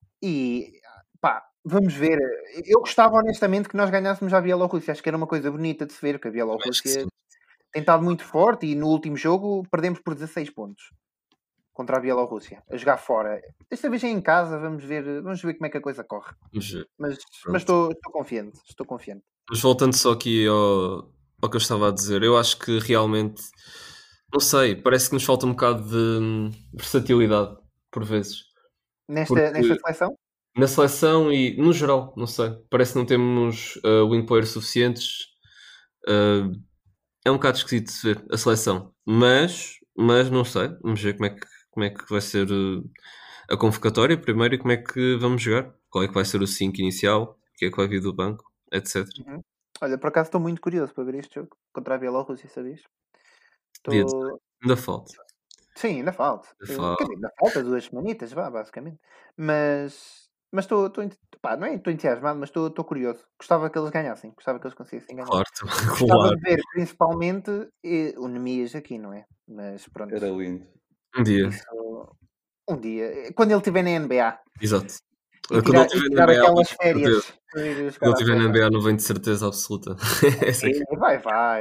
E vamos ver. Eu gostava honestamente que nós ganhássemos a Bielorrússia. Acho que era uma coisa bonita de se ver, que a Bielorrússia tem estado muito forte e no último jogo perdemos por 16 pontos contra a Bielorrússia, a jogar fora. Desta vez é em casa, vamos ver como é que a coisa corre. Mas estou confiante. Mas voltando só aqui ao que eu estava a dizer, eu acho que realmente, não sei, parece que nos falta um bocado de versatilidade, por vezes. Nesta seleção? Na seleção e no geral, não sei. Parece que não temos wing players suficientes. É um bocado esquisito de se ver a seleção. Mas não sei. Vamos ver como é que vai ser a convocatória primeiro e como é que vamos jogar. Qual é que vai ser o 5 inicial, o que é que vai vir do banco, etc. Olha, por acaso estou muito curioso para ver este jogo contra a Bielorrússia, sabias? Ainda falta. Sim, ainda falta. Ainda falta 2 semanitas, basicamente. Mas estou não é estou entusiasmado, mas estou curioso. Gostava que eles ganhassem, gostava que eles conseguissem ganhar. Claro. Gostava de ver principalmente o Nemias aqui, não é? Mas pronto. Era lindo. Um dia, quando ele estiver na NBA. Exato. Quando ele estiver na NBA, aquelas férias. Quando ele estiver na NBA não vem de certeza absoluta. Vai.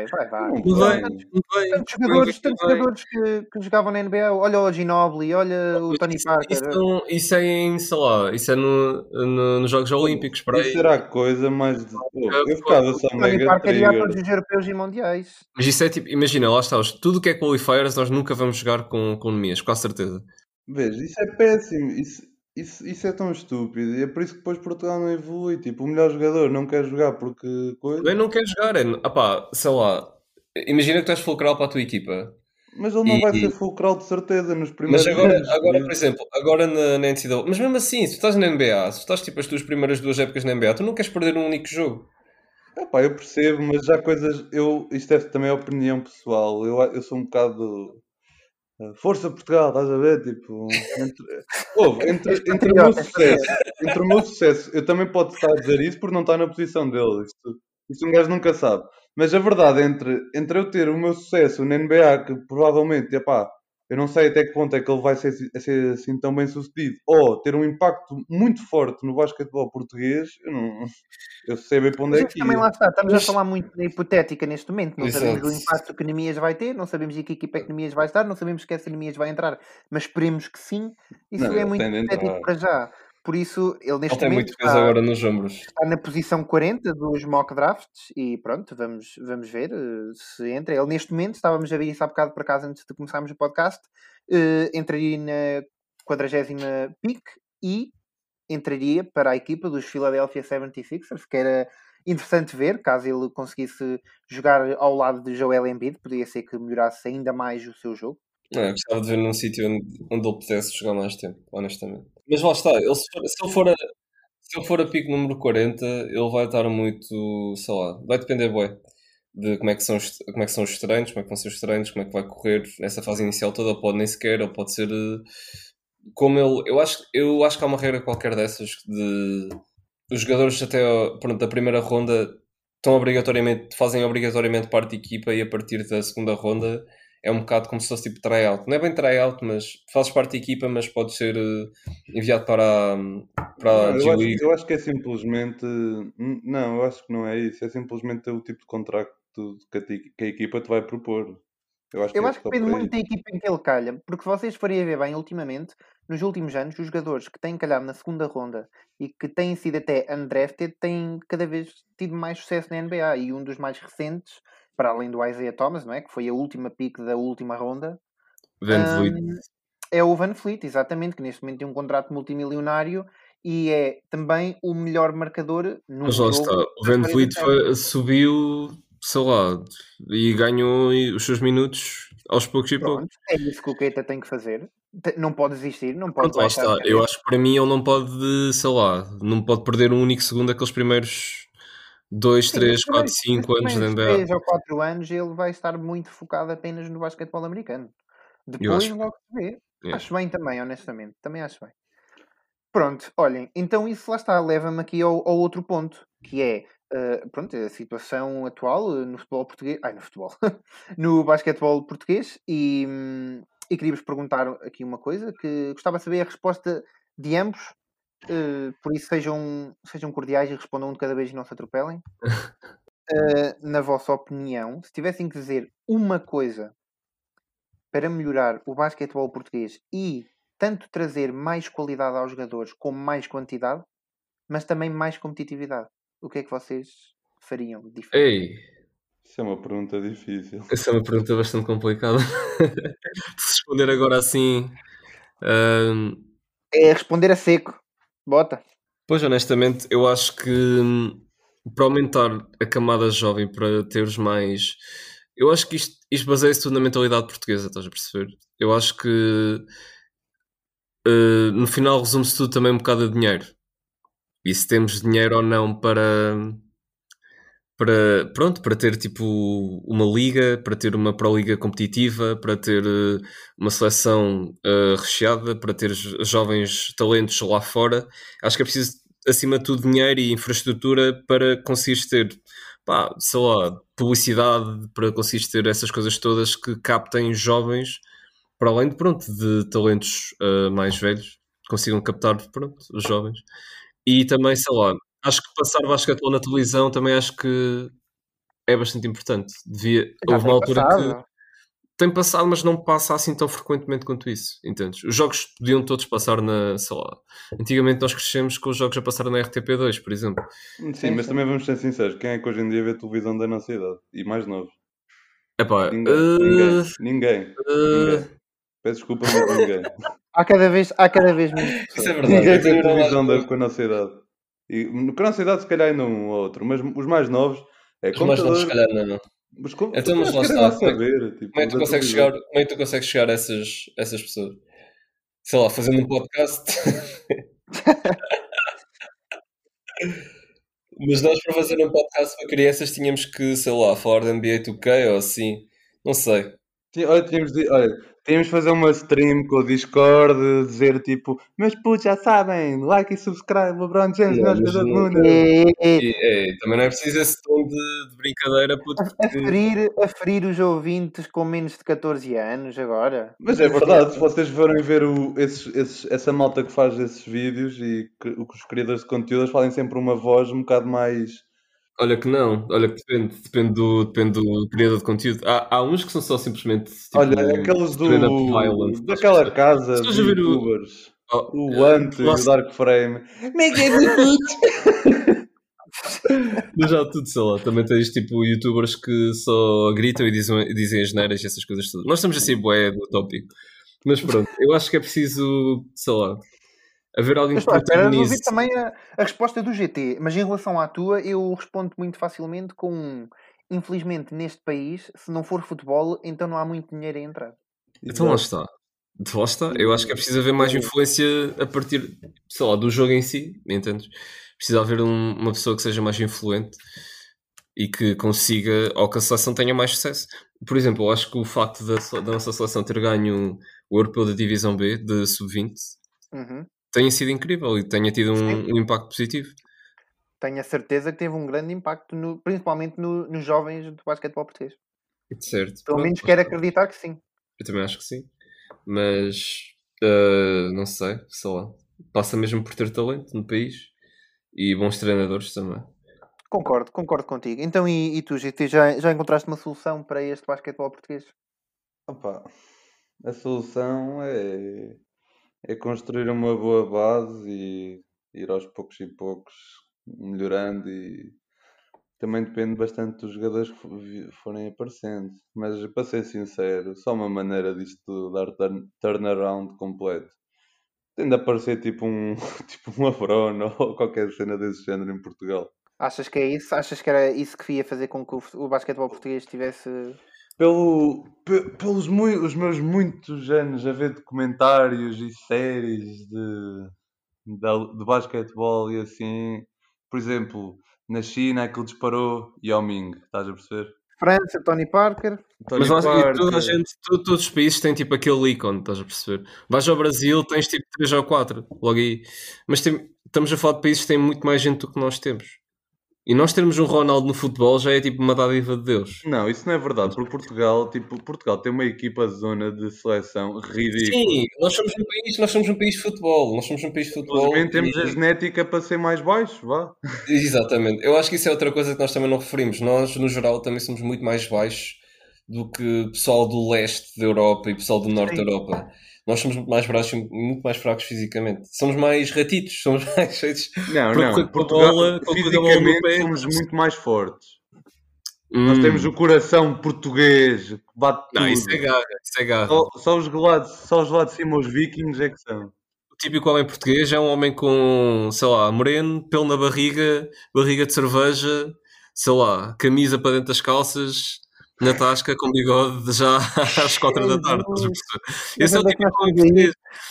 Tantos jogadores que jogavam na NBA. Olha o Ginobili, olha o Tony Parker. Isso é em, sei lá, isso é nos Jogos Olímpicos. Isso era a coisa mais... Eu ficava só mega Tony Parker ia a todos os europeus e mundiais. Mas isso é tipo, imagina, lá está, tudo que é qualifiers nós nunca vamos jogar com Nemias, com a certeza. Veja, isso é péssimo. Isso é tão estúpido. E é por isso que depois Portugal não evolui. Tipo, o melhor jogador não quer jogar porque... Também não quer jogar. Sei lá. Imagina que tu és fulcral para a tua equipa. Mas ele não vai ser fulcral de certeza nos primeiros anos. Mas agora, por exemplo, na NCAA... Mas mesmo assim, se tu estás na NBA, se tu estás tipo as tuas primeiras 2 épocas na NBA, tu não queres perder um único jogo. Eu percebo, mas já coisas... Isto é também a opinião pessoal. Eu sou um bocado... Força Portugal, estás a ver? Tipo, entre o meu sucesso, eu também posso estar a dizer isso por não estar na posição dele. Isso um gajo nunca sabe. Mas a verdade, entre eu ter o meu sucesso na NBA, que provavelmente, eu não sei até que ponto é que ele vai ser assim tão bem sucedido. Ou ter um impacto muito forte no basquetebol português, eu sei bem para onde Mas é isso que também ia. lá está, estamos a falar muito da hipotética neste momento, não sabemos Exato. o impacto que o Nemias vai ter, não sabemos em que equipa é que Nemias vai estar, não sabemos que essa Nemias vai entrar, mas esperemos que sim. Isso Não, é ele muito tem de hipotético entrar. para já. Por isso, ele Ele neste tem momento muito peso agora nos ombros. está na posição 40 dos mock drafts e pronto, vamos ver se entra. Ele neste momento, estávamos a ver isso há bocado por acaso antes de começarmos o podcast, entraria na 40ª pick e entraria para a equipa dos Philadelphia 76ers, que era interessante ver, caso ele conseguisse jogar ao lado de Joel Embiid, podia ser que melhorasse ainda mais o seu jogo. Não, eu gostava de ver num sítio onde ele pudesse jogar mais tempo, honestamente. Mas lá está, se ele for a pick número 40, ele vai estar muito, sei lá, vai depender, bué, de como é que são os treinos, como é que vão ser os treinos, como é que vai correr nessa fase inicial toda, ou pode nem sequer, ou pode ser como ele. Eu acho que há uma regra qualquer dessas de os jogadores até pronto, da primeira ronda fazem obrigatoriamente parte da equipa e a partir da segunda ronda é um bocado como se fosse tipo tryout. Não é bem tryout, mas fazes parte da equipa, mas podes ser enviado para a Não, G-League. eu acho que é simplesmente. Não, eu acho que não é isso. É simplesmente o tipo de contrato que a equipa te vai propor. Eu acho que Eu é acho que só depende por muito aí. da equipa em que ele calha, porque se vocês forem a ver bem ultimamente, nos últimos anos, os jogadores que têm calhado na segunda ronda e que têm sido até undrafted têm cada vez tido mais sucesso na NBA. E um dos mais recentes, para além do Isaiah Thomas, não é? Que foi a última pick da última ronda, Van Vliet. é o Van Fleet, exatamente, que neste momento tem um contrato multimilionário e é também o melhor marcador num Mas lá está, jogo o da Van história da Vliet série. subiu, sei lá, e ganhou os seus minutos aos poucos e pouco. Pronto, é isso que o Keita tem que fazer. Não pode desistir, não pode Pronto, lá baixar a está. Eu cabeça. acho que para mim ele não pode, sei lá, não pode perder um único segundo aqueles primeiros 2, Sim, 3, 4, nos 5 anos da primeiros NBA. 3 ou 4 anos ele vai estar muito focado apenas no basquetebol americano. Eu Depois acho. logo se vê. É. Acho bem também, honestamente. Também acho bem. Pronto, olhem, então isso lá está, leva-me aqui ao outro ponto, que é pronto, a situação atual no futebol português, no futebol, no basquetebol português e queria-vos perguntar aqui uma coisa, que gostava de saber a resposta de ambos, por isso sejam cordiais e respondam um de cada vez e não se atropelem. Na vossa opinião, se tivessem que dizer uma coisa para melhorar o basquetebol português e tanto trazer mais qualidade aos jogadores como mais quantidade, mas também mais competitividade, o que é que vocês fariam de diferente? Ei, Isso é uma pergunta difícil. essa é uma pergunta bastante complicada. De se responder agora assim. É responder a seco. Bota. Pois, honestamente, eu acho que para aumentar a camada jovem, para teres mais. Eu acho que isto baseia-se tudo na mentalidade portuguesa, estás a perceber? Eu acho que no final resume-se tudo também um bocado a dinheiro. E se temos dinheiro ou não para ter tipo uma liga, para ter uma Pro-Liga competitiva, para ter uma seleção recheada, para ter jovens talentos lá fora. Acho que é preciso, acima de tudo, dinheiro e infraestrutura para conseguires ter, pá, sei lá, publicidade, para conseguires ter essas coisas todas que captem jovens, para além de, pronto, de talentos mais velhos, consigam captar, pronto, os jovens. E também, sei lá, acho que passar basquetebol na televisão também acho que é bastante importante. Já Houve uma tem altura que passado. tem passado, mas não passa assim tão frequentemente quanto isso, entendes? Os jogos podiam todos passar na, sei lá, antigamente nós crescemos com os jogos a passar na RTP2, por exemplo. Sim, mas também vamos ser sinceros. Quem é que hoje em dia vê televisão da nossa idade? E mais novos? Epá, Ninguém. Peço desculpa, mas ninguém. Há cada vez menos isso é pessoas. verdade. Ninguém Eu vê tenho televisão mais com a nossa idade. E, com a nossa idade, se calhar, ainda um ou outro. Mas os mais novos, é os mais novos, se computador. calhar, não. Mas Então, mas eles lá querem está. lá saber. Tipo, Como é que tu da consegues televisão. chegar, como é que tu consegues chegar a essas pessoas? Sei lá, fazendo um podcast. Mas nós para fazer um podcast para crianças tínhamos que, sei lá, falar de NBA 2K ou assim. Não sei. Olha, tínhamos de fazer uma stream com o Discord, dizer tipo, meus putos já sabem, like e subscribe, LeBron James, melhor jogador do mundo. Também não é preciso esse tom de brincadeira, puto, porque... A ferir os ouvintes com menos de 14 anos agora. Mas é verdade, se vocês forem ver essa malta que faz esses vídeos e os criadores de conteúdo, eles fazem sempre uma voz um bocado mais... Olha que não, olha que depende do criador de conteúdo. Há uns que são só simplesmente tipo, olha, aqueles daquela casa de youtubers, o Ant e o Dark Frame. Mas já tudo, sei lá, também tens tipo youtubers que só gritam e dizem as neiras e essas coisas todas. Nós estamos assim bué do tópico. Mas pronto, eu acho que é preciso, sei lá, haver alguém que protagonize. Também a resposta do GT, mas em relação à tua, eu respondo muito facilmente com infelizmente neste país, se não for futebol, então não há muito dinheiro a entrar. Então lá está. Eu acho que é preciso haver mais influência a partir, sei lá, do jogo em si, entendes? Precisa haver uma pessoa que seja mais influente e que consiga, ou que a seleção tenha mais sucesso. Por exemplo, eu acho que o facto da nossa seleção ter ganho o Europeu da Divisão B, de Sub-20, tenha sido incrível e tenha tido um impacto positivo. Tenho a certeza que teve um grande impacto, principalmente nos jovens do basquetebol português. Certo. Pelo menos quero acreditar que sim. Eu também acho que sim. Mas, não sei lá. Passa mesmo por ter talento no país e bons treinadores também. Concordo contigo. Então, e tu, GT, já encontraste uma solução para este basquetebol português? Opa, a solução é construir uma boa base e ir aos poucos e poucos melhorando, e também depende bastante dos jogadores que forem aparecendo. Mas para ser sincero, só uma maneira disto dar turnaround completo. Tem de aparecer tipo um Afron ou qualquer cena desse género em Portugal. Achas que é isso? Achas que era isso que ia fazer com que o basquetebol português tivesse... Pelos os meus muitos anos a ver documentários e séries de basquetebol e assim, por exemplo, na China aquilo disparou Yao Ming, estás a perceber? França, Tony Parker. Mas toda a gente, todos os países têm tipo aquele ícone, estás a perceber? Vais ao Brasil, tens tipo 3 ou 4, logo aí. Mas estamos a falar de países que têm muito mais gente do que nós temos. E nós termos um Ronaldo no futebol já é tipo uma dádiva de Deus. Não, isso não é verdade, porque Portugal tem uma equipa de zona de seleção ridícula. Sim, nós somos um país de futebol. Simplesmente temos a genética para ser mais baixo, vá. Exatamente. Eu acho que isso é outra coisa que nós também não referimos. Nós, no geral, também somos muito mais baixos do que o pessoal do leste da Europa e o pessoal do norte da Europa. Nós somos muito mais baixos e muito mais fracos fisicamente. Somos mais ratitos, somos mais feitos não. Portugal, fisicamente somos muito mais fortes. Nós temos o coração português que bate tudo. Não, isso é garra. Só os lá de cima, os vikings, é que são. O típico homem português é um homem com, sei lá, moreno, pelo na barriga de cerveja, sei lá, camisa para dentro das calças, na tasca, com bigode, já às 4 da tarde. Esse é o típico homem português.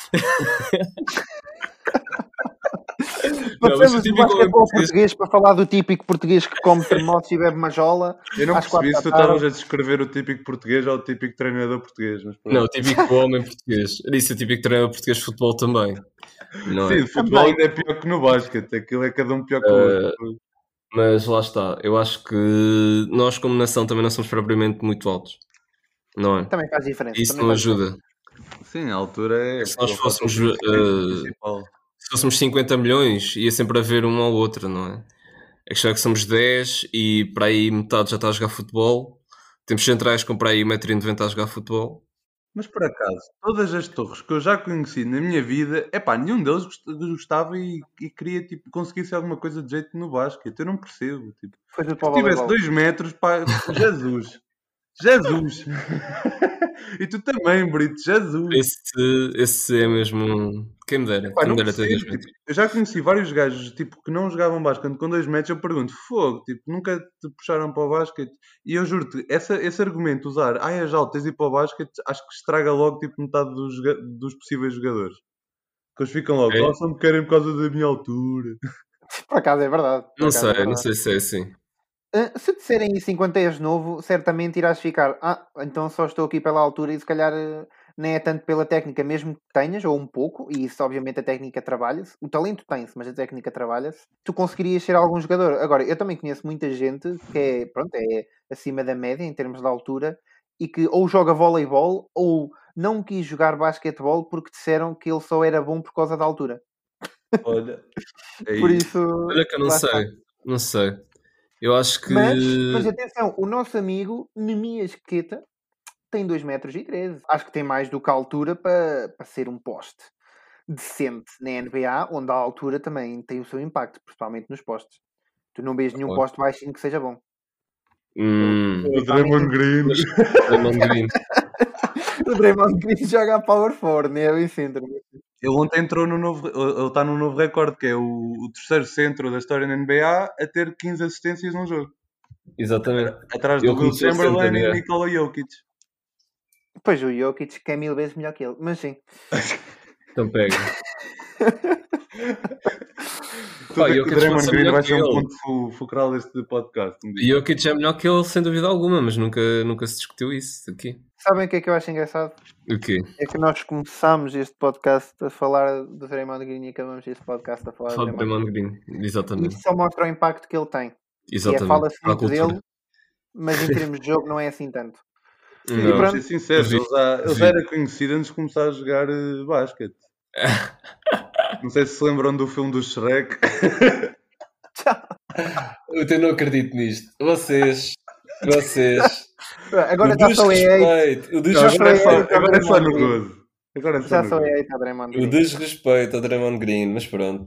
Passamos do basquetebol português para falar do típico português que come termoços e bebe majola. Eu não percebi se tu estavas a descrever o típico português ou o típico treinador português. Mas não, o típico homem português. Eu disse o típico treinador português de futebol também. Não sim, é? O futebol ainda é pior que no basquete. Aquilo é cada um pior que o outro. Mas lá está. Eu acho que nós, como nação, também não somos propriamente muito altos. Não é? Também faz diferença. Isso não ajuda. Sim, a altura é... Se nós fôssemos... Se fôssemos 50 milhões, ia sempre haver uma ou outra, não é? A questão é que somos 10 e para aí metade já está a jogar futebol. Temos centrais com para aí 1,90m a jogar futebol. Mas por acaso, todas as torres que eu já conheci na minha vida, nenhum deles gostava e queria tipo, conseguir ser alguma coisa de jeito no basquete. Eu não percebo. Tipo, se tivesse 2 metros, pá, Jesus. E tu também, Brito, Jesus. Esse é mesmo... Quem me dera. Quem me dera ter 2 metros. Eu já conheci vários gajos tipo, que não jogavam basquete com 2 metros. Eu pergunto, fogo, tipo, nunca te puxaram para o basquete? E eu juro-te, esse argumento, usar és alto, tens de ir para o basquete, acho que estraga logo tipo, metade dos possíveis jogadores. Que eles ficam logo, só me querem por causa da minha altura. Por acaso é verdade. Não sei se é assim. Se disserem isso enquanto és novo, certamente irás ficar. Então só estou aqui pela altura e se calhar nem é tanto pela técnica, mesmo que tenhas, ou um pouco, e isso obviamente a técnica trabalha-se. O talento tem-se, mas a técnica trabalha-se. Tu conseguirias ser algum jogador. Agora, eu também conheço muita gente que é acima da média em termos de altura e que ou joga voleibol ou não quis jogar basquetebol porque disseram que ele só era bom por causa da altura. Olha, Por isso. Olha que eu não sei. Eu acho que. Mas atenção, o nosso amigo Nemias Queta tem 2,13 metros. Acho que tem mais do que a altura para ser um poste decente na NBA, onde a altura também tem o seu impacto, principalmente nos postes. Tu não vês nenhum poste baixinho que seja bom. O Draymond Green. O Draymond Green joga a Power Forward, né? É o centro. Ele ontem entrou no novo. Ele está num novo recorde, que é o terceiro centro da história na NBA a ter 15 assistências num jogo. Exatamente. Atrás do Will Chamberlain e Nikola Jokic. Pois o Jokic que é 1000 vezes melhor que ele, mas sim. Então pega. O Draymond Green vai ser um ponto fulcral deste podcast. E Jokic é melhor que ele, sem dúvida alguma, mas nunca se discutiu isso aqui. Sabem o que é que eu acho engraçado? O quê? É que nós começámos este podcast a falar do Draymond Green e acabamos este podcast a falar do Draymond Green. Exatamente. Isso só mostra o impacto que ele tem. Exatamente. Fala-se muito dele, mas em termos de jogo não é assim tanto. E para ser sincero, ele já era conhecido antes de começar a jogar basquete. Não sei se lembram do filme do Shrek. Eu não acredito nisto. Vocês. Agora já sou o desrespeito. Agora é só no gozo. Já sou a Draymond Green. O desrespeito a Draymond Green, mas pronto.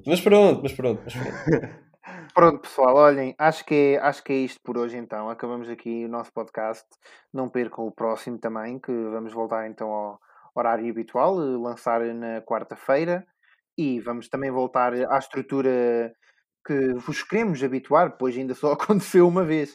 Pronto, pessoal, olhem, acho que é isto por hoje então. Acabamos aqui o nosso podcast. Não percam o próximo também, que vamos voltar então ao horário habitual, lançar na quarta-feira. E vamos também voltar à estrutura que vos queremos habituar, pois ainda só aconteceu uma vez.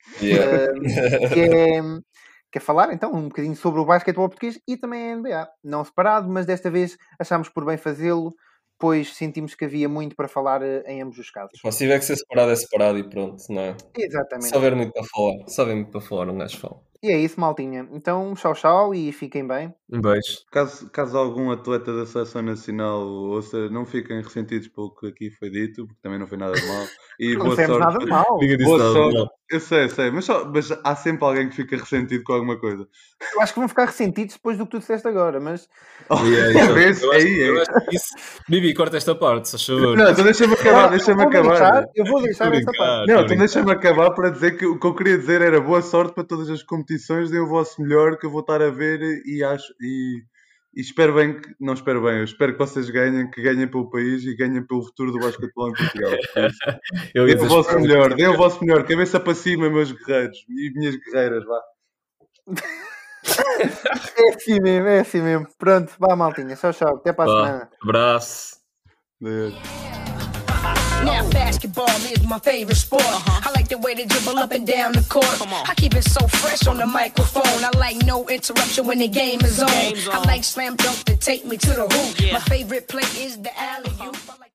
Que é falar então um bocadinho sobre o basquetebol português e também a NBA. Não separado, mas desta vez achámos por bem fazê-lo, pois sentimos que havia muito para falar em ambos os casos. Se tiver que ser separado, é separado e pronto, não é? Exatamente. Se houver muito para falar, um gajo fala. E é isso, maltinha. Então, tchau e fiquem bem. Um beijo. Caso algum atleta da Seleção Nacional ouça, não fiquem ressentidos pelo que aqui foi dito, porque também não foi nada de mal. E não boa sorte. Nada mal. Boa sorte. Eu sei, mas há sempre alguém que fica ressentido com alguma coisa. Eu acho que vão ficar ressentidos depois do que tu disseste agora, mas... Bibi, corta esta parte, se favor. Não, então deixa-me acabar. Eu vou deixar esta parte. Não, então deixa-me acabar para dizer que o que eu queria dizer era boa sorte para todas as competições, deem o vosso melhor, que eu vou estar a ver e espero bem que... Não espero bem, eu espero que vocês ganhem, que ganhem pelo país e ganhem pelo futuro do basquetebol em Portugal. Deem o vosso melhor, cabeça para cima, meus guerreiros e minhas guerreiras, vá. É assim mesmo. Pronto, vá, maltinha. Tchau. Até para a semana. Abraço. Now basketball is my favorite sport. I like the way they dribble up and down the court. I keep it so fresh on the microphone. I like no interruption when the game is on. I like slam dunk to take me to the hoop. My favorite play is the alley-oop.